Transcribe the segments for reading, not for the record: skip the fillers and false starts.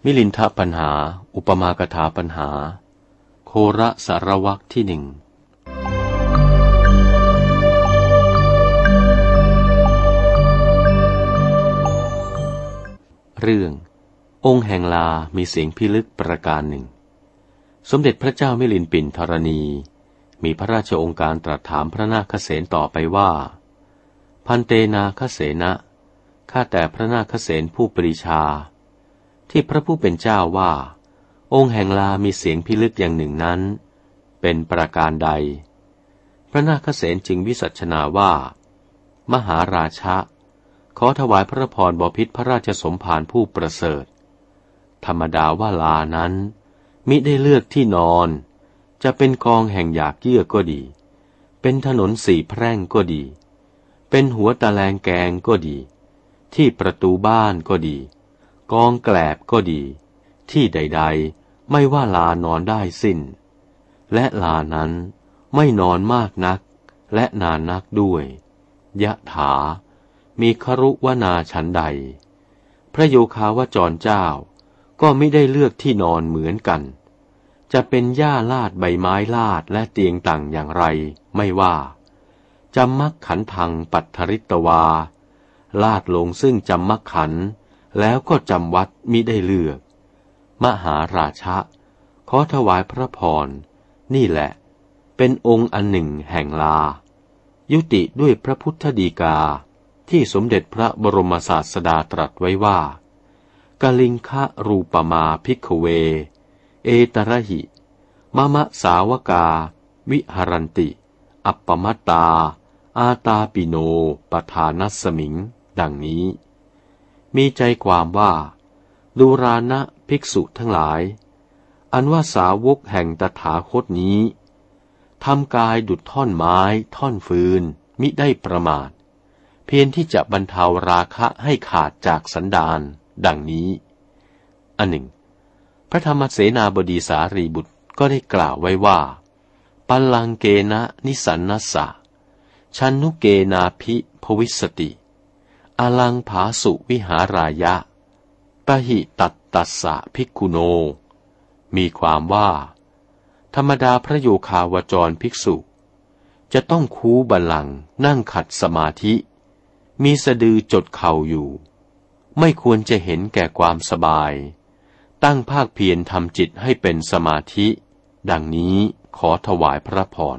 มิลินทปัญหาอุปมากถาปัญหาโคระสารวรรคที่หนึ่งเรื่ององค์แห่งลามีเสียงพิลึกประการหนึ่งสมเด็จพระเจ้ามิลินปินธรณีมีพระราชโองการตรัสถามพระนาคเษนต่อไปว่าพันเตนาคเสนะข้าแต่พระนาคเษนผู้ปรีชาที่พระผู้เป็นเจ้าว่าองค์แห่งลามีเสียงพิลึกอย่างหนึ่งนั้นเป็นประการใดพระนาคเษนจึงวิสัชนาว่ามหาราชะขอถวายพระพรบพิตรพระราชสมภารผู้ประเสริฐธรรมดาว่าลานั้นมิได้เลือกที่นอนจะเป็นกองแห่งหยากเยื่อก็ดีเป็นถนนสี่แพร่งก็ดีเป็นหัวตะแลงแกงก็ดีที่ประตูบ้านก็ดีกองแกลบก็ดีที่ใดๆไม่ว่าลานอนได้สิ้นและลานั้นไม่นอนมากนักและนานนักด้วยยะถามีครุวนาฉันใดพระโยคาวจรเจ้าก็ไม่ได้เลือกที่นอนเหมือนกันจะเป็นหญ้าลาดใบไม้ลาดและเตียงต่างอย่างไรไม่ว่าจำมักขันธังปัทธริตวาลาดลงซึ่งจำมักขันแล้วก็จำวัดมิได้เลือกมหาราชะขอถวายพระพรนี่แหละเป็นองค์อันหนึ่งแห่งลายุติด้วยพระพุทธฎีกาที่สมเด็จพระบรมศาสดาตรัสไว้ว่ากลิงคะรูปมาภิกขเวเอตระหิมะมะสาวกาวิหรันติอัปปมัตตาอาตาปิโนปทานัสสมิงดังนี้มีใจความว่าดูรานะภิกษุทั้งหลายอันว่าสาวกแห่งตถาคตนี้ทำกายดุจท่อนไม้ท่อนฟืนมิได้ประมาทเพียรที่จะบรรเทาราคะให้ขาดจากสันดานดังนี้อันหนึ่งพระธรรมเสนาบดีสารีบุตรก็ได้กล่าวไว้ว่าปัลลังเกนะนิสันนัสสะชันนุเกนาภิภวิสติอลังผาสุวิหารายะปหิตัตตัสสะภิกขุโนมีความว่าธรรมดาพระโยคาวจรภิกษุจะต้องคูบัลลังก์นั่งขัดสมาธิมีสะดือจดเข่าอยู่ไม่ควรจะเห็นแก่ความสบายตั้งภาคเพียรทำจิตให้เป็นสมาธิดังนี้ขอถวายพระพร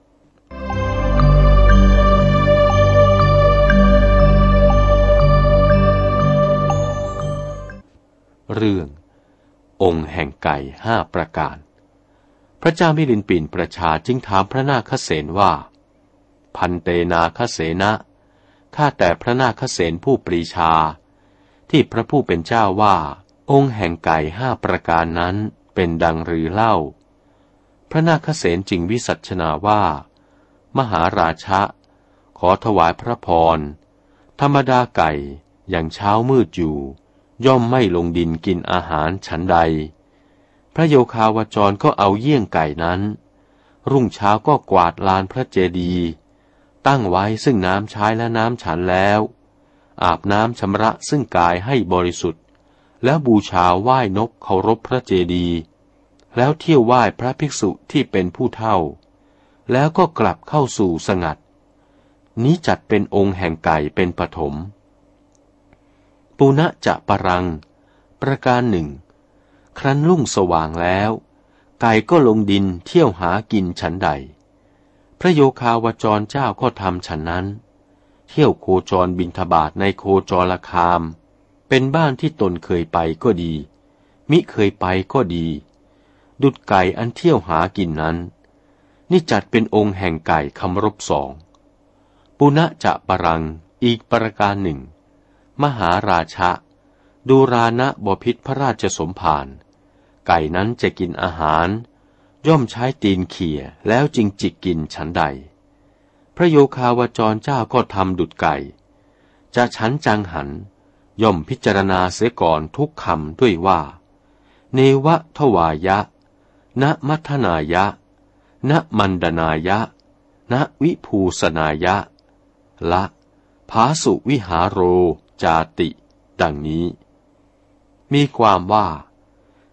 เรื่ององค์แห่งไก่5ประการพระเจ้ามิลินปินประชาจึงถามพระนาคเษนว่าพันเตนาคเสนะข้าแต่พระนาคเษนผู้ปรีชาที่พระผู้เป็นเจ้าว่าองค์แห่งไก่5ประการนั้นเป็นดังหรือเล่าพระนาคเษนจึงวิสัชนาว่ามหาราชะขอถวายพระพรธรรมดาไก่อย่างเช้ามืดอยู่ย่อมไม่ลงดินกินอาหารฉันใดพระโยคาวจรก็เอาเยี่ยงไก่นั้นรุ่งเช้าก็กวาดลานพระเจดีย์ตั้งไว้ซึ่งน้ำใช้และน้ำฉันแล้วอาบน้ำชำระซึ่งกายให้บริสุทธิ์แล้วบูชาไหว้นกเคารพพระเจดีย์แล้วเที่ยวไหว้พระภิกษุที่เป็นผู้เฒ่าแล้วก็กลับเข้าสู่สงัดนี้จัดเป็นองค์แห่งไก่เป็นปฐมปุณจะปรังประการหนึ่งครั้นรุ่งสว่างแล้วไก่ก็ลงดินเที่ยวหากินฉันใดพระโยคาวจรเจ้าก็ทำฉันนั้นเที่ยวโคจรบิณฑบาตในโคจรคามเป็นบ้านที่ตนเคยไปก็ดีมิเคยไปก็ดีดุจไก่อันเที่ยวหากินนั้นนี่จัดเป็นองค์แห่งไก่คำรบสองปุณจะปรังอีกประการหนึ่งมหาราชะดูรานะบพิตรพระราชสมภารไก่นั้นจะกินอาหารย่อมใช้ตีนเขี่ยแล้วจึงจิกกินฉันใดพระโยคาวจรเจ้าก็ทำดุจไก่จะฉันจังหันย่อมพิจารณาเสียก่อนทุกคำด้วยว่าเนวะทวายะณมัทนายะณมันดนายะณวิภูสนายะละภาสุวิหารโรจาติดังนี้มีความว่า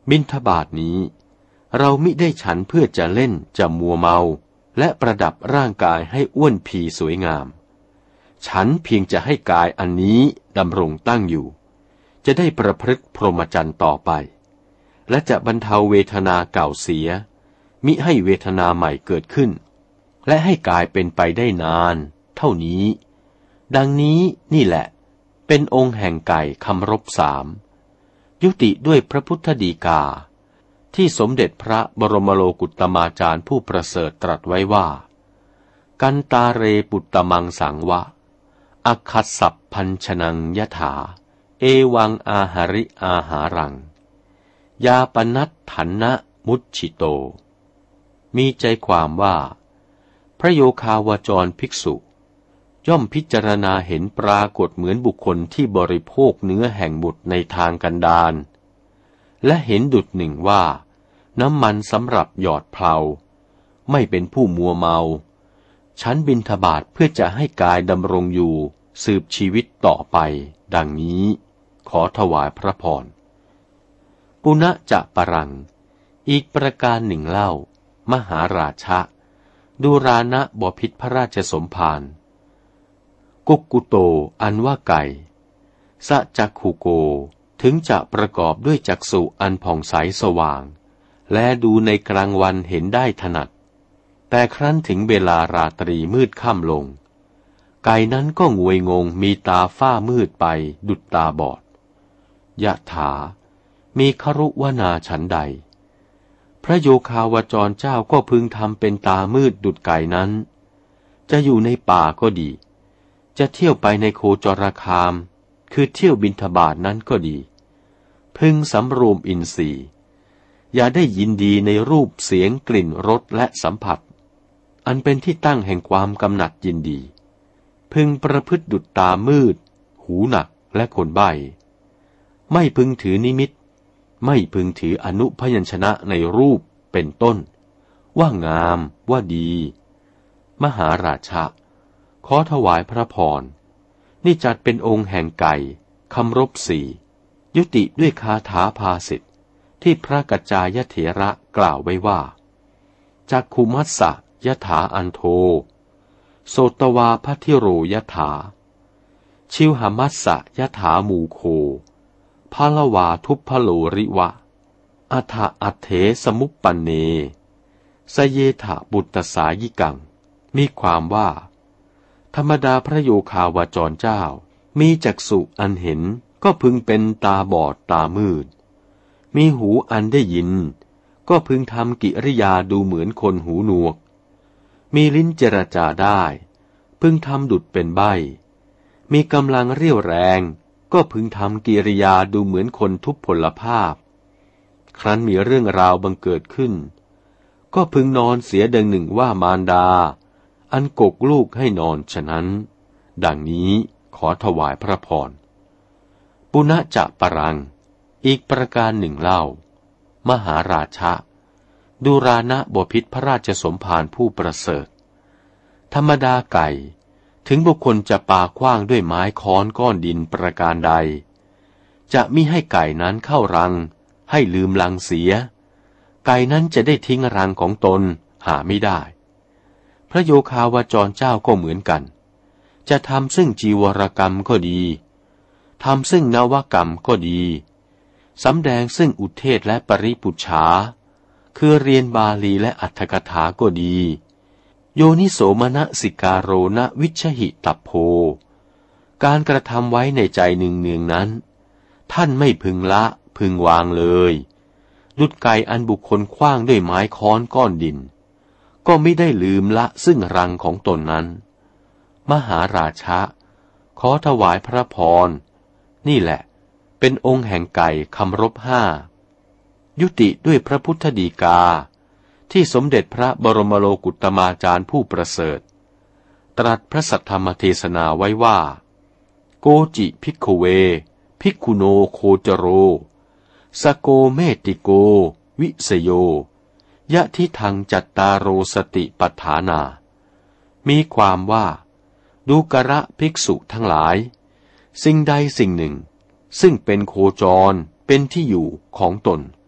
บิณฑบาตนี้เรามิได้ฉันเพื่อจะเล่นจะมัวเมาและประดับร่างกายให้อ้วนพีสวยงามฉันเพียงจะให้กายอันนี้ดำรงตั้งอยู่จะได้ประพฤติพรหมจรรย์ต่อไปและจะบรรเทาเวทนาเก่าเสียมิให้เวทนาใหม่เกิดขึ้นและให้กายเป็นไปได้นานเท่านี้ดังนี้นี่แหละเป็นองค์แห่งไก่คำรบสามยุติด้วยพระพุทธฎีกาที่สมเด็จพระบรมโลกุตมาจารย์ผู้ประเสริฐตรัสไว้ว่ากันตาเรปุตตมังสังวะอคัสสัพพัญชนังยถาเอวังอาหาริอาหารังยาปนัตถันนะมุจฉิโตมีใจความว่าพระโยคาวจรภิกษุย่อมพิจารณาเห็นปรากฏเหมือนบุคคลที่บริโภคเนื้อแห่งบุตรในทางกันดารและเห็นดุจหนึ่งว่าน้ำมันสำหรับหยอดเพลาไม่เป็นผู้มัวเมาฉันบิณฑบาตเพื่อจะให้กายดำรงอยู่สืบชีวิตต่อไปดังนี้ขอถวายพระพรปุณจะปรังอีกประการหนึ่งเล่ามหาราชะดูรานะบพิตรพระราชสมภารกุกกุโตอันว่าไก่สะจักขุโกถึงจะประกอบด้วยจักษุอันผ่องใสสว่างและดูในกลางวันเห็นได้ถนัดแต่ครั้นถึงเวลาราตรีมืดค่ำลงไก่นั้นก็งวยงงมีตาฝ้ามืดไปดุจตาบอดยะถามีครุวนาฉันใดพระโยคาวจรเจ้าก็พึงทำเป็นตามืดดุจไก่นั้นจะอยู่ในป่าก็ดีจะเที่ยวไปในโคจรคามคือเที่ยวบิณฑบาตนั้นก็ดีพึงสำรวมอินทรีย์อย่าได้ยินดีในรูปเสียงกลิ่นรสและสัมผัสอันเป็นที่ตั้งแห่งความกำหนัดยินดีพึงประพฤติดุจตามืดหูหนักและคนใบ้ไม่พึงถือนิมิตไม่พึงถืออนุพยัญชนะในรูปเป็นต้นว่างามว่าดีมหาราชะขอถวายพระพรนี่จัดเป็นองค์แห่งไก่คำรบสี่ยุติด้วยคาถาภาสิทธิ์ที่พระกัจจายเถระกล่าวไว้ว่าจักขุมัสสะยถาอันโทโสตวาพัทธิโรยถาชิวหมัสสะยถามูโคพาลวาทุพพโลริวะอัฏฐอัฏเถสมุปปันเนสเยถะบุตตสายิกังมีความว่าธรรมดาพระโยคาวจรเจ้ามีจักษุอันเห็นก็พึงเป็นตาบอดตามืดมีหูอันได้ยินก็พึงทำกิริยาดูเหมือนคนหูหนวกมีลิ้นเจรจาได้พึงทำดุจเป็นใบ้มีกำลังเรี่ยวแรงก็พึงทำกิริยาดูเหมือนคนทุพพลภาพครั้นมีเรื่องราวบังเกิดขึ้นก็พึงนอนเสียดังหนึ่งว่ามารดาอันกกลูกให้นอนฉะนั้นดังนี้ขอถวายพระพรปุณจะปรังอีกประการหนึ่งเล่ามหาราชะดูรานะบพิตรพระราชสมภารผู้ประเสริฐธรรมดาไก่ถึงบุคคลจะปาขว้างด้วยไม้ค้อนก้อนดินประการใดจะมิให้ไก่นั้นเข้ารังให้ลืมรังเสียไก่นั้นจะได้ทิ้งรังของตนหาไม่ได้พระโยคาวจรเจ้าก็เหมือนกันจะทำซึ่งจีวรกรรมก็ดีทำซึ่งนวกรรมก็ดีสำแดงซึ่งอุเทศและปริปุจฉาคือเรียนบาลีและอรรถกถาก็ดีโยนิโสมนสิกาโรณวิชหิตัพโพการกระทำไว้ในใจเนืองๆนั้นท่านไม่พึงละพึงวางเลยดุจไก่อันบุคคลขว้างด้วยไม้ค้อนก้อนดินก็ไม่ได้ลืมละซึ่งรังของตนนั้นมหาราชะขอถวายพระพรนี่แหละเป็นองค์แห่งไก่คำรบห้ายุติด้วยพระพุทธฎีกาที่สมเด็จพระบรมโลกุตมาจารย์ผู้ประเสริฐตรัสพระสัทธรรมเทศนาไว้ว่าโกจิภิกขเวภิกขุโนโคจโรสโกเมติโกวิสโยยะทิทังจัตตาโรสติปัฏฐานามีความว่าดูกระภิกษุทั้งหลายสิ่งใดสิ่งหนึ่งซึ่งเป็นโคจรเป็นที่อยู่ของตน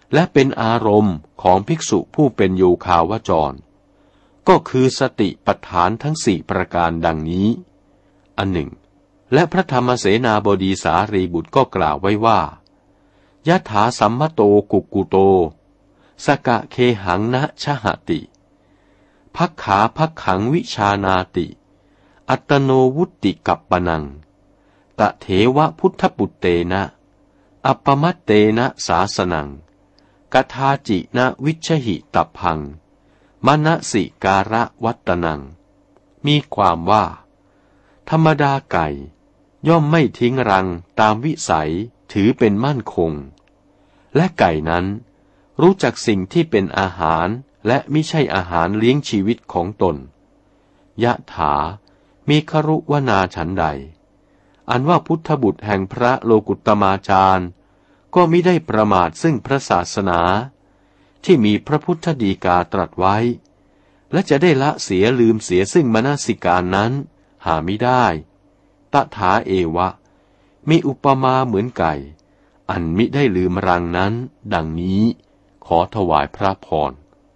และเป็นอารมณ์ของภิกษุผู้เป็นโยคาวจรก็คือสติปัฏฐานทั้งสี่ประการดังนี้อันหนึ่งและพระธรรมเสนาบดีสารีบุตรก็กล่าวไว้ว่ายถาสัมมโตกุกุโตสกะเคหังนะชหติภักขาภักขังวิชานาติอัตโนวุตติกัปปนังตะเถวะพุทธปุตเตนะอัปปมัตเตนะสาสนังกทาจินะวิชหิตัพพังมนสิการะวัตตนังมีความว่าธรรมดาไก่ย่อมไม่ทิ้งรังตามวิสัยถือเป็นมั่นคงและไก่นั้นรู้จักสิ่งที่เป็นอาหารและมิใช่อาหารเลี้ยงชีวิตของตนยะถามีครุวนาฉันใดอันว่าพุทธบุตรแห่งพระโลกุตมาจารย์ก็มิได้ประมาทซึ่งพระศาสนาที่มีพระพุทธฎีกาตรัสไว้และจะได้ละเสียลืมเสียซึ่งมนสิการนั้นหามิได้ตถาเอวะมีอุปมาเหมือนไก่อันมิได้ลืมรังนั้นดังนี้ขอถวายพระพร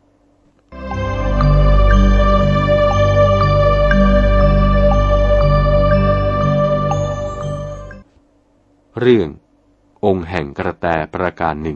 เรื่ององค์แห่งกระแตประการหนึ่ง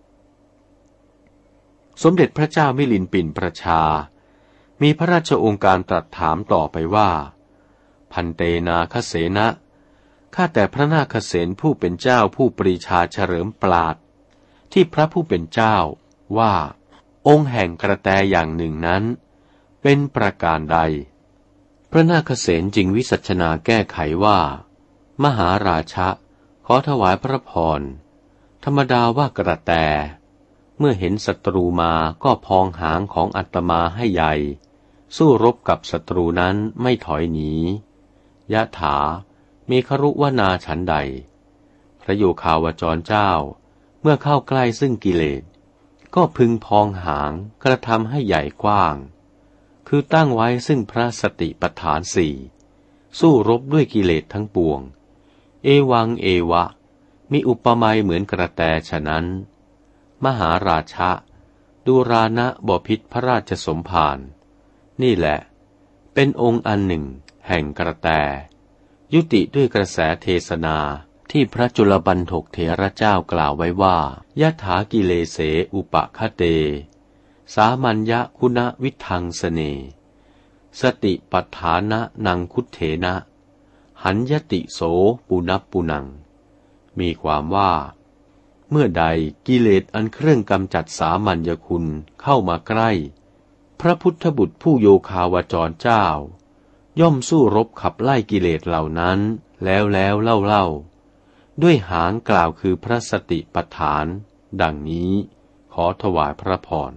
สมเด็จพระเจ้ามิลินปินประชามีพระราชโองการตรัสถามต่อไปว่าพันเตนาคเสนะข้าแต่พระนาคเสนผู้เป็นเจ้าผู้ปรีชาเฉลิมปราดที่พระผู้เป็นเจ้าว่าองค์แห่งกระแตอย่างหนึ่งนั้นเป็นประการใดพระนาคเสนจึงวิสัชนาแก้ไขว่ามหาราชะขอถวายพระพรธรรมดาว่ากระแตเมื่อเห็นศัตรูมาก็พองหางของอัตมาให้ใหญ่สู้รบกับศัตรูนั้นไม่ถอยหนียะถามีครุวนาฉันใดพระโยคาวจรเจ้าเมื่อเข้าใกล้ซึ่งกิเลสก็พึงพองหางกระทำให้ใหญ่กว้างคือตั้งไว้ซึ่งพระสติปัฏฐานสี่สู้รบด้วยกิเลสทั้งปวงเอวังเอวะมีอุปมาเหมือนกระแตฉะนั้นมหาราชะดูรานะบพิตรพระราชสมภารนี่แหละเป็นองค์อันหนึ่งแห่งกระแตยุติด้วยกระแสเทศนาที่พระจุลบันทกเถระเจ้ากล่าวไว้ว่ายะถากิเลเสอุปคเตสามัญญคุณวิทังสเนสติปัฏฐานะนังคุเถนะหันยติโสปุณปุนังมีความว่าเมื่อใดกิเลสอันเครื่องกำจัดสามัญญคุณเข้ามาใกล้พระพุทธบุตรผู้โยคาวจรเจ้าย่อมสู้รบขับไล่กิเลสเหล่านั้นแล้วเล่าด้วยหางกล่าวคือพระสติปัฏฐานดังนี้ขอถวายพระพร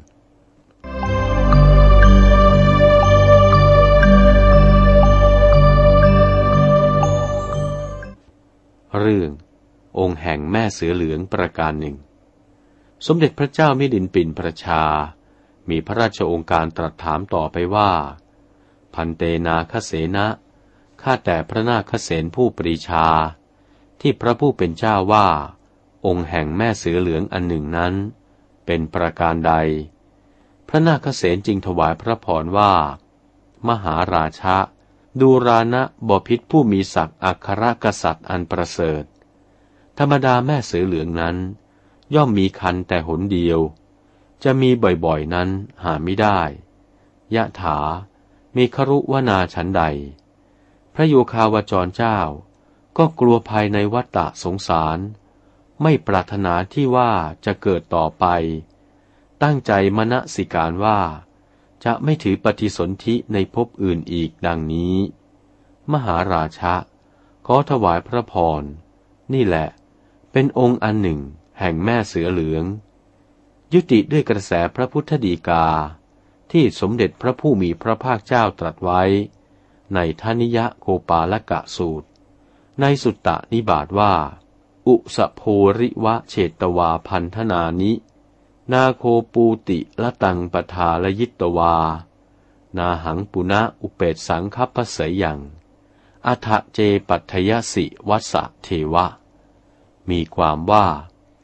เรื่ององค์แห่งแม่เสือเหลืองประการหนึ่งสมเด็จพระเจ้ามิลินปินประชามีพระราชโองการตรัสถามต่อไปว่าพันเตนาคเสนะข้าแต่พระนาคเสนผู้ปรีชาที่พระผู้เป็นเจ้าว่าองค์แห่งแม่เสือเหลืองอันหนึ่งนั้นเป็นประการใดพระนาคเสนจึงถวายพระพรว่ามหาราชะดูรานะบพิตรผู้มีศักดิ์อัครกษัตริย์อันประเสริฐธรรมดาแม่เสือเหลืองนั้นย่อมมีคันแต่หนเดียวจะมีบ่อยๆนั้นหาไม่ได้ยะถามีครุวนาฉันใดพระโยคาวจรเจ้าก็กลัวภายในวัฏฏะสงสารไม่ปรารถนาที่ว่าจะเกิดต่อไปตั้งใจมนสิการว่าจะไม่ถือปฏิสนธิในภพอื่นอีกดังนี้มหาราชะขอถวายพระพรนี่แหละเป็นองค์อันหนึ่งแห่งแม่เสือเหลืองยุติด้วยกระแสพระพุทธฎีกาที่สมเด็จพระผู้มีพระภาคเจ้าตรัสไว้ในทนิยโคปาลกะสูตรในสุตตนิบาตว่าอุสโภริวะเฉตวาพันธนานินาโคปูติละตังปทาลยิตวานาหังปุณะอุเปตสังคัพพเสยยังอัฏฐเจปัทยสิวัสสะเทวะมีความว่า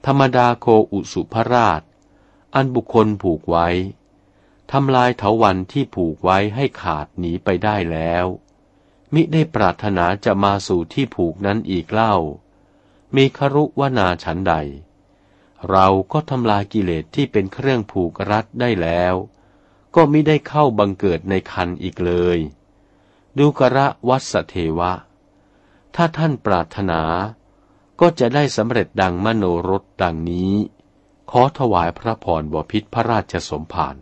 ธรรมดาโคอุสุภราชอันบุคคลผูกไว้ทำลายเถาวัลย์ที่ผูกไว้ให้ขาดหนีไปได้แล้วมิได้ปรารถนาจะมาสู่ที่ผูกนั้นอีกเล่ามีครุวนาฉันใดเราก็ทำลายกิเลสที่เป็นเครื่องผูกรัดได้แล้วก็มิได้เข้าบังเกิดในคันอีกเลยดูกระวัสเทวะถ้าท่านปรารถนาก็จะได้สำเร็จดังมโนรสดังนี้ขอถวายพระพรบพิตรพระราชสมภาร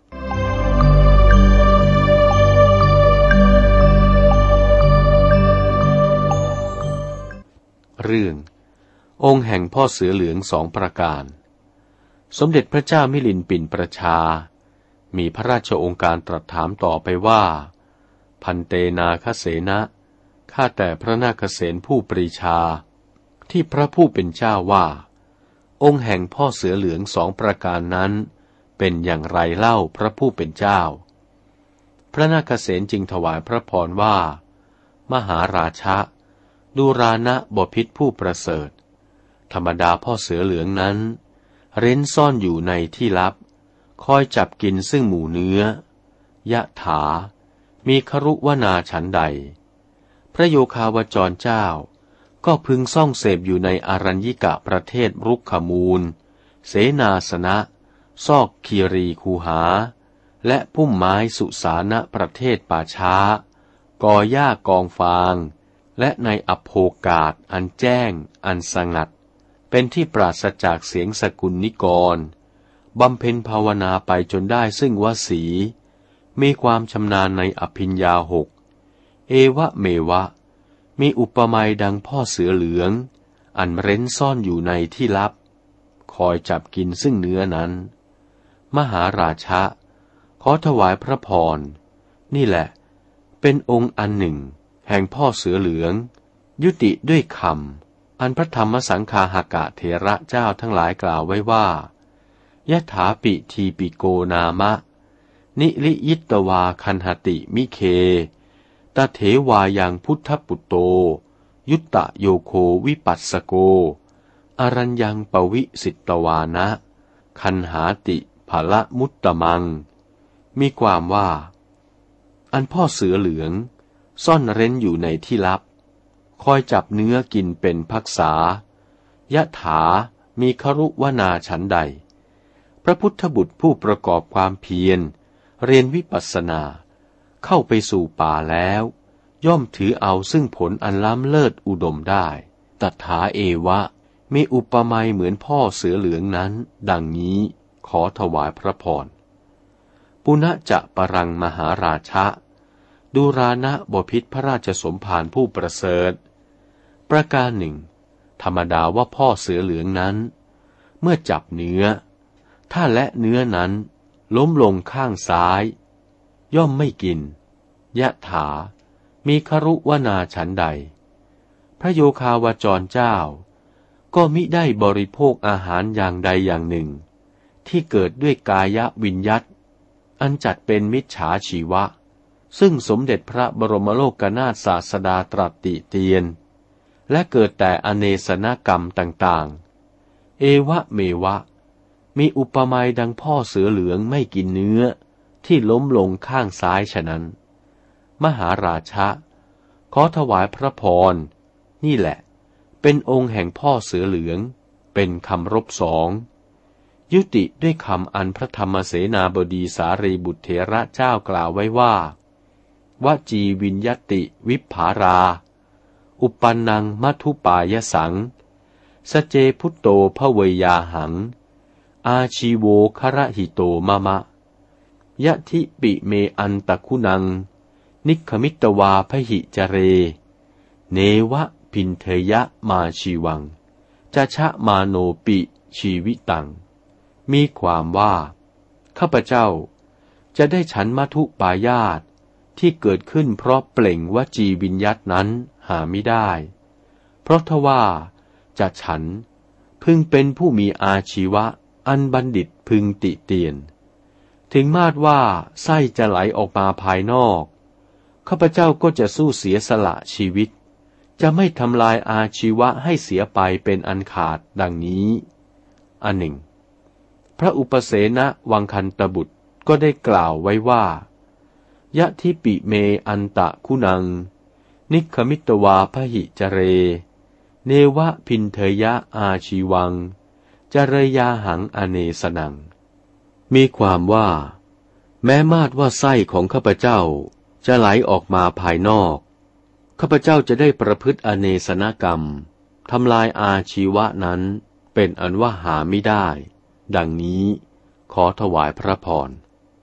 เรื่ององค์แห่งพ่อเสือเหลืองสองประการสมเด็จพระเจ้ามิลินปินประชามีพระราชโองการตรัสถามต่อไปว่าพันเตนาคเสนะข้าแต่พระนาคเสนผู้ปรีชาที่พระผู้เป็นเจ้าว่าองค์แห่งพ่อเสือเหลืองสองประการนั้นเป็นอย่างไรเล่าพระผู้เป็นเจ้าพระนาคเสนจึงถวายพระพรว่ามหาราชะดูรานะบพิตรผู้ประเสริฐธรรมดาพ่อเสือเหลืองนั้นเร้นซ่อนอยู่ในที่ลับคอยจับกินซึ่งหมู่เนื้อยะถามีครุวนาฉันใดพระโยคาวจรเจ้าก็พึงซ่องเสพอยู่ในอารัญญิกะประเทศรุกขมูลเสนาสนะซอกคีรีคูหาและพุ่มไม้สุสานะประเทศป่าช้ากอหญ้ากองฟางและในอโภกาศอันแจ้งอันสงัดเป็นที่ปราศจากเสียงสกุลนิกรบำเพ็ญภาวนาไปจนได้ซึ่งวสีมีความชำนาญในอภิญญาหกเอวะเมวะมีอุปมาดังพ่อเสือเหลืองอันเร้นซ่อนอยู่ในที่ลับคอยจับกินซึ่งเนื้อนั้นมหาราชะขอถวายพระพรนี่แหละเป็นองค์อันหนึ่งแห่งพ่อเสือเหลืองยุติด้วยคำอันพระธรรมสังฆาหากะเถระเจ้าทั้งหลายกล่าวไว้ว่ายะถาปิทีปิโกนามะนิริยิตวาคันหติมิเคตเถวายังพุทธปุตโตยุตตะโยโควิปัสสโกอรัญญังปวิสิตวานะคันหาติภละมุตตมังมีความว่าอันพ่อเสือเหลืองซ่อนเร้นอยู่ในที่ลับคอยจับเนื้อกินเป็นภักษายะถามีครุวนาฉันใดพระพุทธบุตรผู้ประกอบความเพียรเรียนวิปัสสนาเข้าไปสู่ป่าแล้วย่อมถือเอาซึ่งผลอันล้ำเลิศอุดมได้ตถาเอวะมีอุปมาเหมือนพ่อเสือเหลืองนั้นดังนี้ขอถวายพระพรปุณจะปรังมหาราชะดูรานะบพิตรพระราชสมภารผู้ประเสริฐประการหนึ่งธรรมดาว่าพ่อเสือเหลืองนั้นเมื่อจับเนื้อถ้าและเนื้อนั้นล้มลงข้างซ้ายย่อมไม่กินยะถามีครุวนาฉันใดพระโยคาวจรเจ้าก็มิได้บริโภคอาหารอย่างใดอย่างหนึ่งที่เกิดด้วยกายวิญญัตอันจัดเป็นมิจฉาชีวะซึ่งสมเด็จพระบรมโลกนาถศาสดาตรัสติเตียนและเกิดแต่อเนสนกรรมต่างๆเอวะเมวะมีอุปมาดังพ่อเสือเหลืองไม่กินเนื้อที่ล้มลงข้างซ้ายฉะนั้นมหาราชะขอถวายพระพรนี่แหละเป็นองค์แห่งพ่อเสือเหลืองเป็นคำรบสองยุติด้วยคำอันพระธรรมเสนาบดีสารีบุตรเถระเจ้ากล่าวไว้ว่าวจีวิญญติวิปภาราอุปันนังมัทุปายสังสเจพุตโตภเวยาหังอาชีโวคระหิโตมะมะยะทิปิเมอันตะคุนังนิคมิตวาพหิจเรเนวะพินเทยะมาชีวังจะชะมาโนปิชีวิตังมีความว่าข้าพเจ้าจะได้ฉันมัทุปายาตที่เกิดขึ้นเพราะเปล่งวจีวิญญัตนั้นหาไม่ได้เพราะทว่าจะฉันพึงเป็นผู้มีอาชีวะอันบัณฑิตพึงติเตียนถึงมาดว่าไส้จะไหลออกมาภายนอกข้าพเจ้าก็จะสู้เสียสละชีวิตจะไม่ทำลายอาชีวะให้เสียไปเป็นอันขาดดังนี้อันหนึ่งพระอุปเสนวังคันตบุตรก็ได้กล่าวไว้ว่ายะทิปิเมอันตะคุณังนิคมิตวาพหิจเรเนวะพินเทยะอาชีวังจเรยาหังอเนสนังมีความว่าแม้มาดว่าไส้ของข้าพเจ้าจะไหลออกมาภายนอกข้าพเจ้าจะได้ประพฤติอเนสนกรรมทำลายอาชีวะนั้นเป็นอันว่าหาไม่ได้ดังนี้ขอถวายพระพร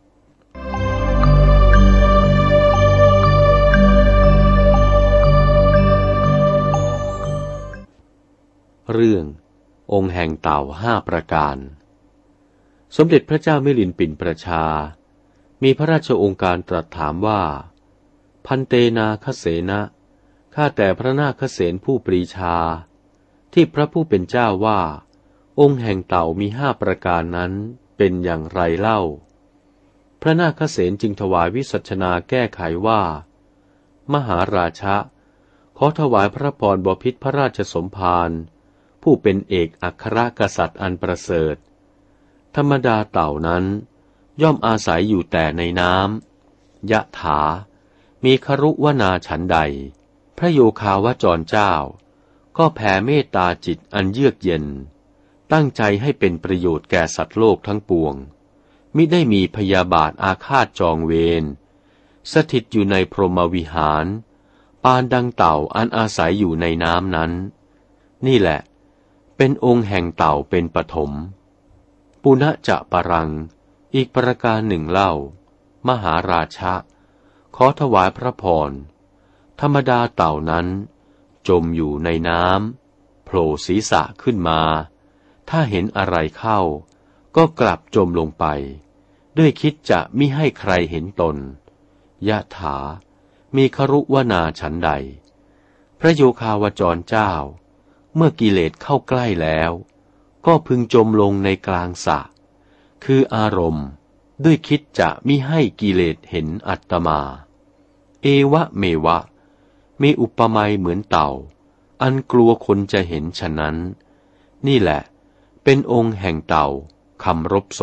เรื่ององค์แห่งเต่า5 ประการสมเด็จพระเจ้ามิลินปินประชามีพระราชโองการตรัสถามว่าพันเตนาคเสนะข้าแต่พระนาคเสนผู้ปรีชาที่พระผู้เป็นเจ้าว่าองค์แห่งเต่ามี5 ประการนั้นเป็นอย่างไรเล่าพระนาคเสนจึงถวายวิสัชนาแก้ไขว่ามหาราชะขอถวายพระพรบพิตรพระราชสมภารผู้เป็นเอกอัครกษัตริย์อันประเสริฐธรรมดาเต่านั้นย่อมอาศัยอยู่แต่ในน้ำยะถามีครุวนาฉันใดพระโยคาวจรเจ้าก็แผ่เมตตาจิตอันเยือกเย็นตั้งใจให้เป็นประโยชน์แก่สัตว์โลกทั้งปวงมิได้มีพยาบาทอาฆาตจองเวรสถิตอยู่ในพรหมวิหารปานดังเต่าอันอาศัยอยู่ในน้ำนั้นนี่แหละเป็นองค์แห่งเต่าเป็นปฐมปุณจะปรังอีกประการหนึ่งเล่ามหาราชะขอถวายพระพรธรรมดาเต่านั้นจมอยู่ในน้ำโผล่ศีรษะขึ้นมาถ้าเห็นอะไรเข้าก็กลับจมลงไปด้วยคิดจะมิให้ใครเห็นตนยะถามีครุวนาฉันใดพระโยคาวจรเจ้าเมื่อกิเลสเข้าใกล้แล้วก็พึงจมลงในกลางสระคืออารมณ์ด้วยคิดจะมิให้กิเลสเห็นอัตมาเอวะเมวะมีอุปมาเหมือนเต่าอันกลัวคนจะเห็นฉะนั้นนี่แหละเป็นองค์แห่งเต่าคำรบ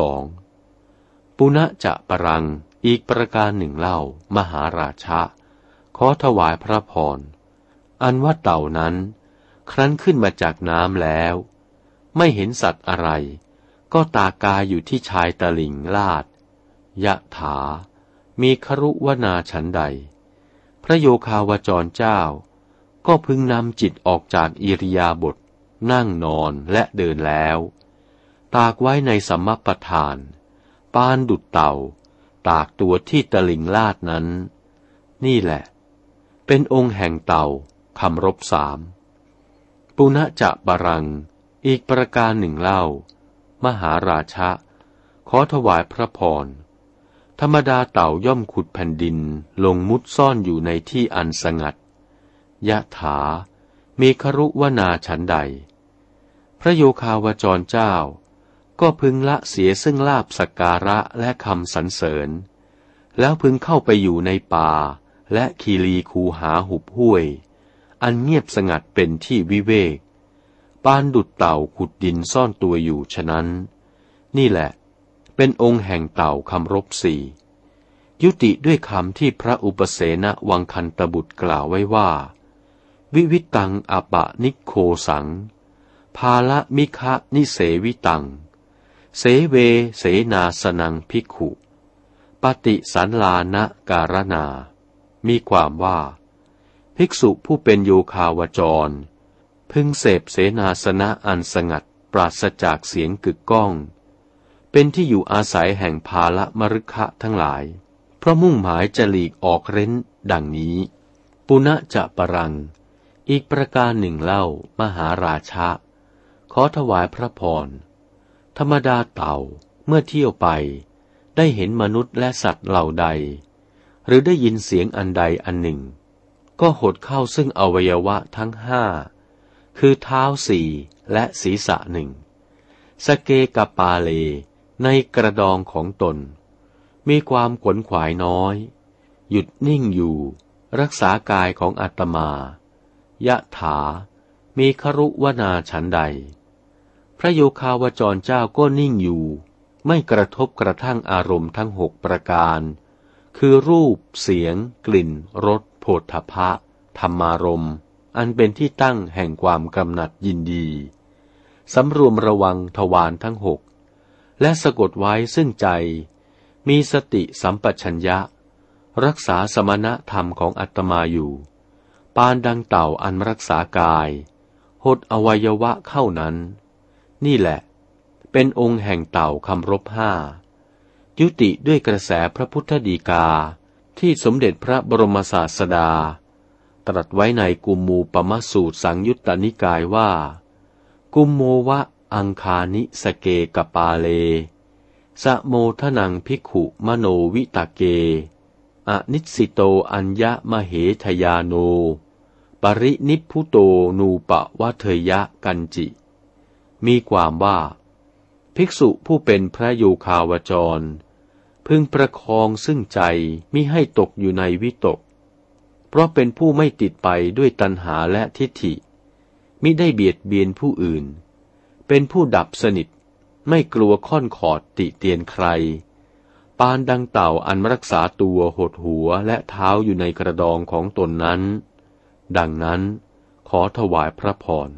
2ปุณจะปรังอีกประการหนึ่งเล่ามหาราชะขอถวายพระพรอันว่าเต่านั้นครั้นขึ้นมาจากน้ำแล้วไม่เห็นสัตว์อะไรก็ตากายอยู่ที่ชายตลิ่งลาดยะถามีครุวนาฉันใดพระโยคาวจรเจ้าก็พึงนำจิตออกจากอิริยาบถนั่งนอนและเดินแล้วตากไว้ในสัมมัปปทานปานดุจเต่าตากตัวที่ตลิ่งลาดนั้นนี่แหละเป็นองค์แห่งเต่าคำรบ3ปุณจะปรังอีกประการหนึ่งเล่ามหาราชะขอถวายพระพรธรรมดาเต่าย่อมขุดแผ่นดินลงมุดซ่อนอยู่ในที่อันสงัดยะถามีครุวนาฉันใดพระโยคาวจรเจ้าก็พึงละเสียซึ่งลาภสักการะและคำสรรเสริญแล้วพึงเข้าไปอยู่ในป่าและคีรีคูหาหุบห้วยอันเงียบสงัดเป็นที่วิเวกปานดุจเต่าขุดดินซ่อนตัวอยู่ฉะนั้นนี่แหละเป็นองค์แห่งเต่าคำรบ4ยุติด้วยคำที่พระอุปเสนวังคันตบุตรกล่าวไว้ว่าวิวิตังอปะนิโคสังภาละมิคะนิเสวิตังเสเวเสนาสนังภิกขุปฏิสันลานะการนามีความว่าภิกษุผู้เป็นโยคาวจรพึงเสพเสนาสนะอันสงัดปราศจากเสียงกึกก้องเป็นที่อยู่อาศัยแห่งภาละมฤคะทั้งหลายเพราะมุ่งหมายจะหลีกออกเร้นดังนี้ปุณจะปรังอีกประการหนึ่งเล่ามหาราชะขอถวายพระพรธรรมดาเต่าเมื่อเที่ยวไปได้เห็นมนุษย์และสัตว์เหล่าใดหรือได้ยินเสียงอันใดอันหนึ่งก็หดเข้าซึ่งอวัยวะทั้ง5คือเท้า4และศีรษะ1สเกกปาเลในกระดองของตนมีความขวนขวายน้อยหยุดนิ่งอยู่รักษากายของอาตมายะถามีครุวนาฉันใดพระโยคาวจรเจ้าก็นิ่งอยู่ไม่กระทบกระทั่งอารมณ์ทั้งหกประการคือรูปเสียงกลิ่นรสโผฏฐัพพะธรรมารมณ์อันเป็นที่ตั้งแห่งความกำหนัดยินดีสำรวมระวังทวารทั้งหกและสะกดไว้ซึ่งใจมีสติสัมปชัญญะรักษาสมณธรรมของอัตมาอยู่ปานดังเต่าอันรักษากายหดอวัยวะเข้านั้นนี่แหละเป็นองค์แห่งเต่าคำรบห้ายุติด้วยกระแสพระพุทธฎีกาที่สมเด็จพระบรมศาสดาตรัสไว้ในกุมมูปมสูตรสังยุตตนิกายว่ากุมโมวะอังคานิสเกกปาเลสะโมทนังภิกขุมโนวิตเกอนิสิโตอัญญมเหทยาโนปรินิพพุโตนูปวัเทยะกันจิมีความว่าภิกษุผู้เป็นพระโยคาวจรพึงประคองซึ่งใจมิให้ตกอยู่ในวิตกเพราะเป็นผู้ไม่ติดไปด้วยตัณหาและทิฏฐิมิได้เบียดเบียนผู้อื่นเป็นผู้ดับสนิทไม่กลัวค่อนขอดติเตียนใครปานดังเต่าอันรักษาตัวหดหัวและเท้าอยู่ในกระดองของตนนั้นดังนั้นขอถวายพระพร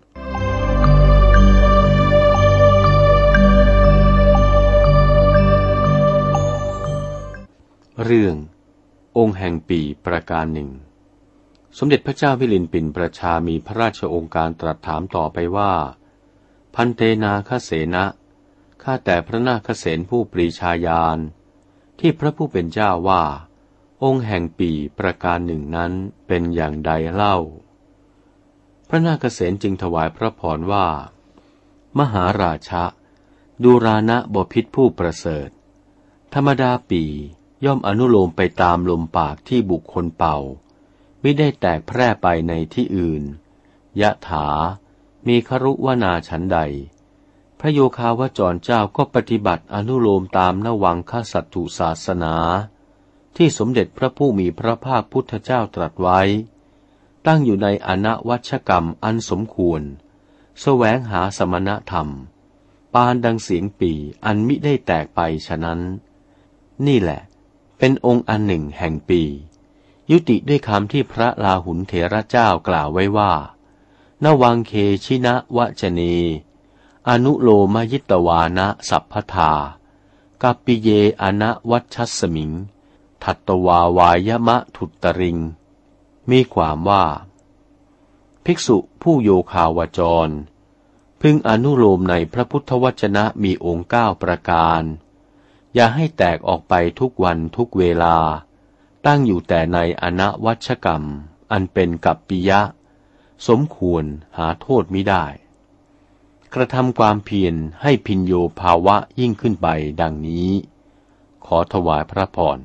เรื่ององค์แห่งปีประการหนึ่งสมเด็จพระเจ้ามิลินปินประชามีพระราชโองการตรัสถามต่อไปว่าพันเตนาคเสนะข้าแต่พระนาคเสนผู้ปรีชาญาณที่พระผู้เป็นเจ้าว่าองค์แห่งปีประการหนึ่งนั้นเป็นอย่างใดเล่าพระนาคเสนจึงถวายพระพรว่ามหาราชะดูรานะบพิตรผู้ประเสริฐธรรมดาปีย่อมอนุโลมไปตามลมปากที่บุคคลเป่าไม่ได้แตกแพร่ไปในที่อื่นยะถามีครุวนาฉันใดพระโยคาวจรเจ้าก็ปฏิบัติอนุโลมตามนวังคสัตถุศาสนาที่สมเด็จพระผู้มีพระภาคพุทธเจ้าตรัสไว้ตั้งอยู่ในอนวัชกรรมอันสมควรแสวงหาสมณธรรมปานดังเสียงปี่อันมิได้แตกไปฉะนั้นนี่แหละเป็นองค์อันหนึ่งแห่งปียุติด้วยคำที่พระลาหุนเถระเจ้ากล่าวไว้ว่านวังเคชินะวจเนอนุโลมยิตวานะสัพพทากัปปิเยอนะวัชชัสสมิงทัตตวาวายมะทุตตริงมีความว่าภิกษุผู้โยคาวจรพึงอนุโลมในพระพุทธวจนะมีองค์9ประการอย่าให้แตกออกไปทุกวันทุกเวลาตั้งอยู่แต่ในอนวัชกรรมอันเป็นกัปปิยะสมควรหาโทษมิได้กระทำความเพียรให้พินโยภาวะยิ่งขึ้นไปดังนี้ขอถวายพระพร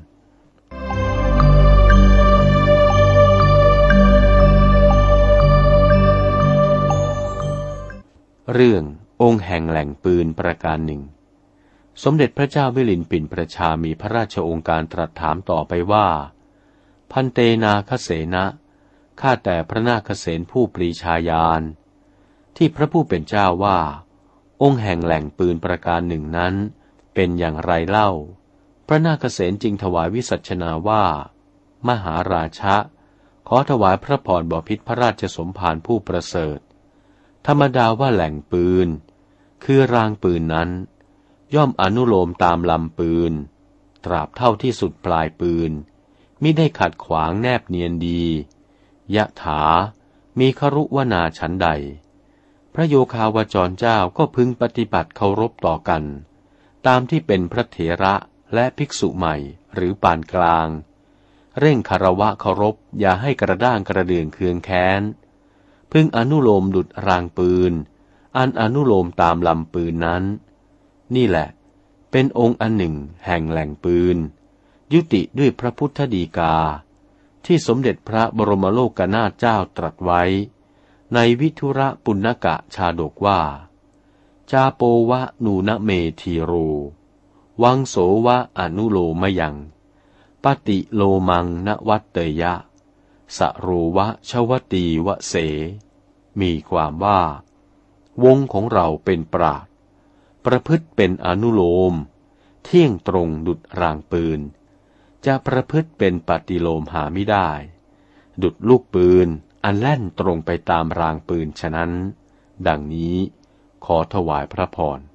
เรื่ององค์แห่งแหล่งปืนประการหนึ่งสมเด็จพระเจ้ามิลินปินประชามีพระราชโองการตรัสถามต่อไปว่าพันเตนาคเสนะข้าแต่พระนาคเสนผู้ปรีชาญาณที่พระผู้เป็นเจ้าว่าองค์แห่งแหล่งปืนประการหนึ่งนั้นเป็นอย่างไรเล่าพระนาคเสนจึงถวายวิสัชนาว่ามหาราชะขอถวายพระพรบพิตรพระราชสมภารผู้ประเสริฐธรรมดาว่าแหล่งปืนคือรางปืนนั้นย่อมอนุโลมตามลำปืนตราบเท่าที่สุดปลายปืนมิได้ขัดขวางแนบเนียนดียะถามีครุวนาฉันใดพระโยคาวจรเจ้าก็พึงปฏิบัติเคารพต่อกันตามที่เป็นพระเถระและภิกษุใหม่หรือปานกลางเร่งคารวะเคารพอย่าให้กระด้างกระเดื่องเคืองแค้นพึงอนุโลมดุจรางปืนอันอนุโลมตามลำปืนนั้นนี่แหละเป็นองค์อันหนึ่งแห่งแหล่งปืนยุติด้วยพระพุทธฎีกาที่สมเด็จพระบรมโลกนาถเจ้าตรัสไว้ในวิทุระปุณกะชาดกว่าจาโปวะนูนเมธีโรวังโสวะอนุโลมยังปฏิโลมังนวัตเตยะสโรวะชวตีวะเสมีความว่าวงของเราเป็นปราชญ์ประพฤติเป็นอนุโลมเที่ยงตรงดุจรางปืนจะประพฤติเป็นปฏิโลมหาไม่ได้ดุจลูกปืนอันแล่นตรงไปตามรางปืนฉะนั้นดังนี้ขอถวายพระพร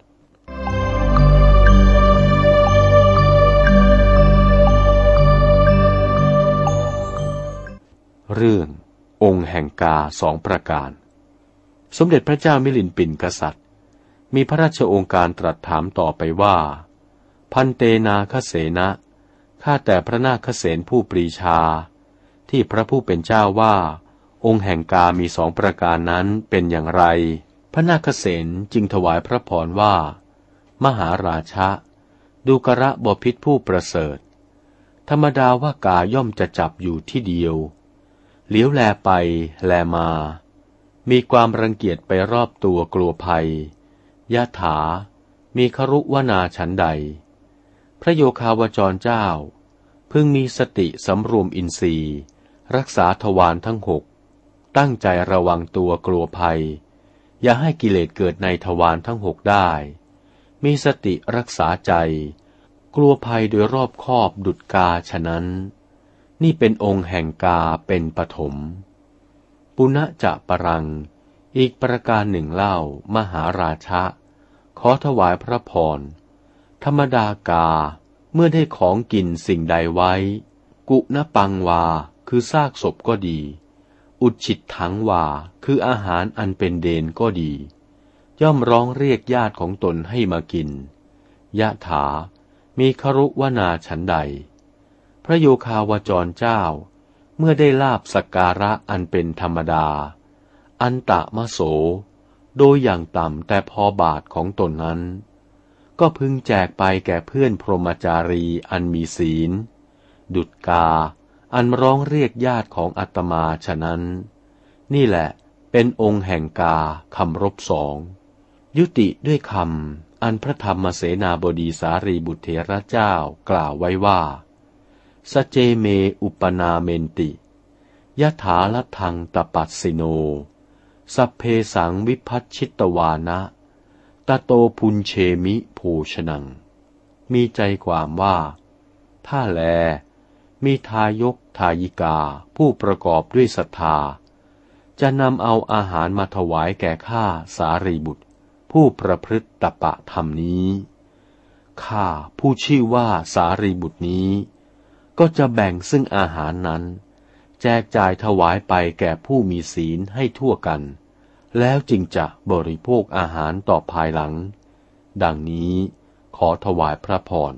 เรื่ององค์แห่งกาสองประการสมเด็จพระเจ้ามิลินปินกษัตริย์มีพระราชโองการตรัสถามต่อไปว่าพันเตนาคเสนะข้าแต่พระนาคเสนผู้ปรีชาที่พระผู้เป็นเจ้าว่าองค์แห่งกามีสองประการนั้นเป็นอย่างไรพระนาคเสนจึงถวายพระพรว่ามหาราชะดูกระบพิตรผู้ประเสริฐธรรมดาว่ากาย่อมจะจับอยู่ที่เดียวเหลียวแลไปแลมามีความรังเกียจไปรอบตัวกลัวภัยยะถามีครุวนาฉันใดพระโยคาวจรเจ้าพึงมีสติสำรวมอินทรีย์รักษาทวารทั้งหกตั้งใจระวังตัวกลัวภัยอย่าให้กิเลสเกิดในทวารทั้งหกได้มีสติรักษาใจกลัวภัยโดยรอบคอบดุจกาฉะนั้นนี่เป็นองค์แห่งกาเป็นปฐมปุณจะปรังอีกประการหนึ่งเล่ามหาราชะขอถวายพระพรธรรมดากาเมื่อได้ของกินสิ่งใดไว้กุณปังวาคือซากศพก็ดีอุจฉิตถังวาคืออาหารอันเป็นเดนก็ดีย่อมร้องเรียกญาติของตนให้มากินยะถามีครุวนาฉันใดพระโยคาวจรเจ้าเมื่อได้ลาภสักการะอันเป็นธรรมดาอันตะมะโสโดยอย่างต่ำแต่พอบาทของตนนั้นก็พึงแจกไปแก่เพื่อนพรหมจารีอันมีศีลดุจกาอันร้องเรียกญาติของอาตมาฉะนั้นนี่แหละเป็นองค์แห่งกาคำรบสองยุติด้วยคำอันพระธรรมเสนาบดีสารีบุตรเถระเจ้ากล่าวไว้ว่าสเจเมอุปนาเมนติยถาลทังตปัสสิโนสัพเพสังวิพัชชิตวานะตโตพุญเชมิโภชนังมีใจความว่าถ้าแลมีทายกทายิกาผู้ประกอบด้วยศรัทธาจะนำเอาอาหารมาถวายแก่ข้าสารีบุตรผู้ประพฤติตปะธรรมนี้ข้าผู้ชื่อว่าสารีบุตรนี้ก็จะแบ่งซึ่งอาหารนั้นแจกจ่ายถวายไปแก่ผู้มีศีลให้ทั่วกันแล้วจึงจะบริโภคอาหารต่อภายหลังดังนี้ขอถวายพระพร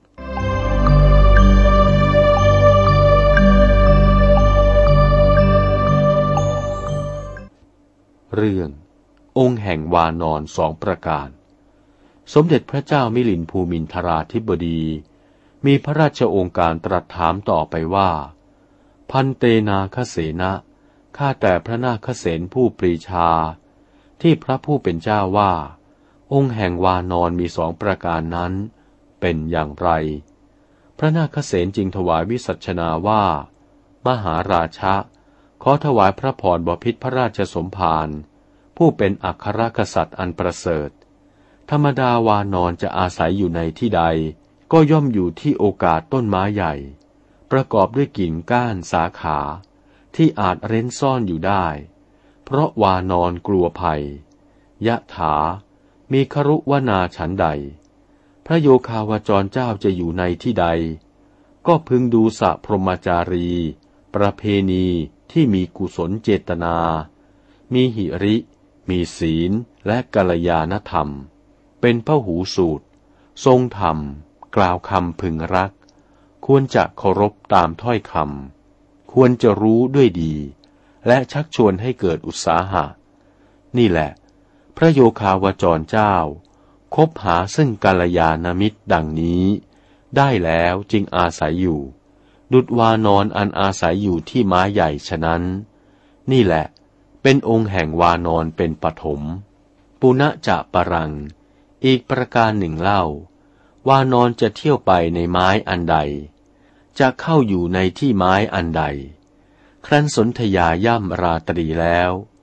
เรื่ององค์แห่งวานอนสองประการสมเด็จพระเจ้ามิลินภูมินทราธิบดีมีพระราชโองการตรัสถามต่อไปว่าพันเตนาคเสนะข้าแต่พระนาคเสนผู้ปรีชาที่พระผู้เป็นเจ้าว่าองค์แห่งวานอนมีสองประการนั้นเป็นอย่างไรพระนาคเสนจึงถวายวิสัชนาว่ามหาราชะขอถวายพระพรบพิตรพระราชสมภารผู้เป็นอัครกษัตริย์อันประเสริฐธรรมดาวานอนจะอาศัยอยู่ในที่ใดก็ย่อมอยู่ที่โอกาสต้นไม้ใหญ่ประกอบด้วยกิ่งก้านสาขาที่อาจเร้นซ่อนอยู่ได้เพราะวานอนกลัวภัยยะถามีครุวนาฉันใดพระโยคาวจรเจ้าจะอยู่ในที่ใดก็พึงดูสะพรหมจารีประเพณีที่มีกุศลเจตนามีหิริมีศีลและกัลยาณธรรมเป็นพหูสูตรทรงธรรมกล่าวคำพึงรักควรจะเคารพตามถ้อยคำควรจะรู้ด้วยดีและชักชวนให้เกิดอุตสาหะนี่แหละพระโยคาวจรเจ้าคบหาซึ่งกัลยาณมิตรดังนี้ได้แล้วจึงอาศัยอยู่ดุจวานอนอันอาศัยอยู่ที่ไม้ใหญ่ฉะนั้นนี่แหละเป็นองค์แห่งวานอนเป็นปฐมปุณจะปรังอีกประการหนึ่งเล่าวานอนจะเที่ยวไปในไม้อันใดจะเข้าอยู่ในที่ไม้อันใดครั้นสนธยาย่ำราตรีแล้ว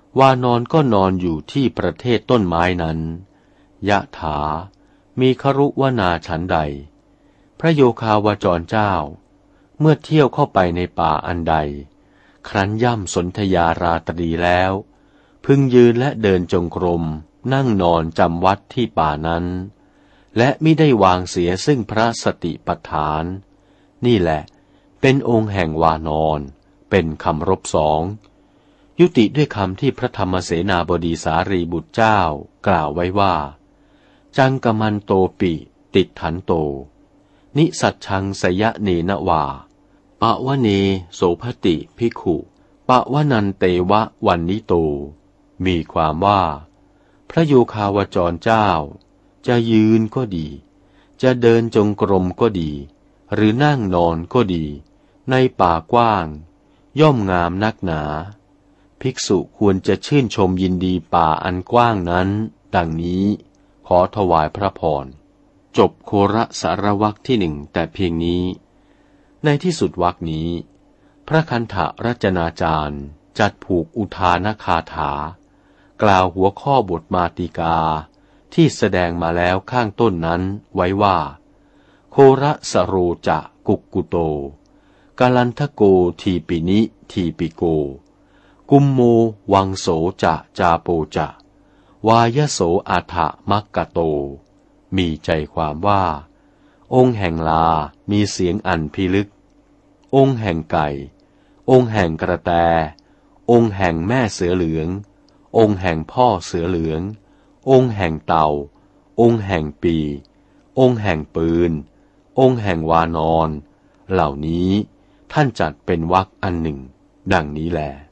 วานอนก็นอนอยู่ที่ประเทศต้นไม้นั้นยะถามีครุวนาฉันใดพระโยคาวจรเจ้าเมื่อเที่ยวเข้าไปในป่าอันใดครั้นย่ำสนธยาราตรีแล้วพึงยืนและเดินจงกรมนั่งนอนจำวัดที่ป่านั้นและมิได้วางเสียซึ่งพระสติปัฏฐานนี่แหละเป็นองค์แห่งวานอนเป็นคำรบสองยุติด้วยคำที่พระธรรมเสนาบดีสารีบุตรเจ้ากล่าวไว้ว่าจังกมันโตปิติถันโตนิสัชชังสยะเนนะวาปะวะเนโสภติภิกขุปะวะนันเตวะวันนิโตมีความว่าพระโยคาวจรเจ้าจะยืนก็ดีจะเดินจงกรมก็ดีหรือนั่งนอนก็ดีในป่ากว้างย่อมงามนักหนาภิกษุควรจะชื่นชมยินดีป่าอันกว้างนั้นดังนี้ขอถวายพระพรจบโคระสารวรรคที่หนึ่งแต่เพียงนี้ในที่สุดวรรคนี้พระคันธรัจนาจารย์จัดผูกอุทานคาถากล่าวหัวข้อบทมาติกาที่แสดงมาแล้วข้างต้นนั้นไว้ว่าโคระสโรจะกุกกุโตกาลันทโกทีปินิทีปิโกกุมโมวังโสจะจาโปจะวายโสอาถะมักกะโตมีใจความว่าองค์แห่งลามีเสียงอันพิลึกองค์แห่งไก่องค์แห่งกระแตองค์แห่งแม่เสือเหลืององค์แห่งพ่อเสือเหลืององค์แห่งเต่าองค์แห่งปีองค์แห่งปืนองค์แห่งวานอนเหล่านี้ท่านจัดเป็นวรรคอันหนึ่งดังนี้แล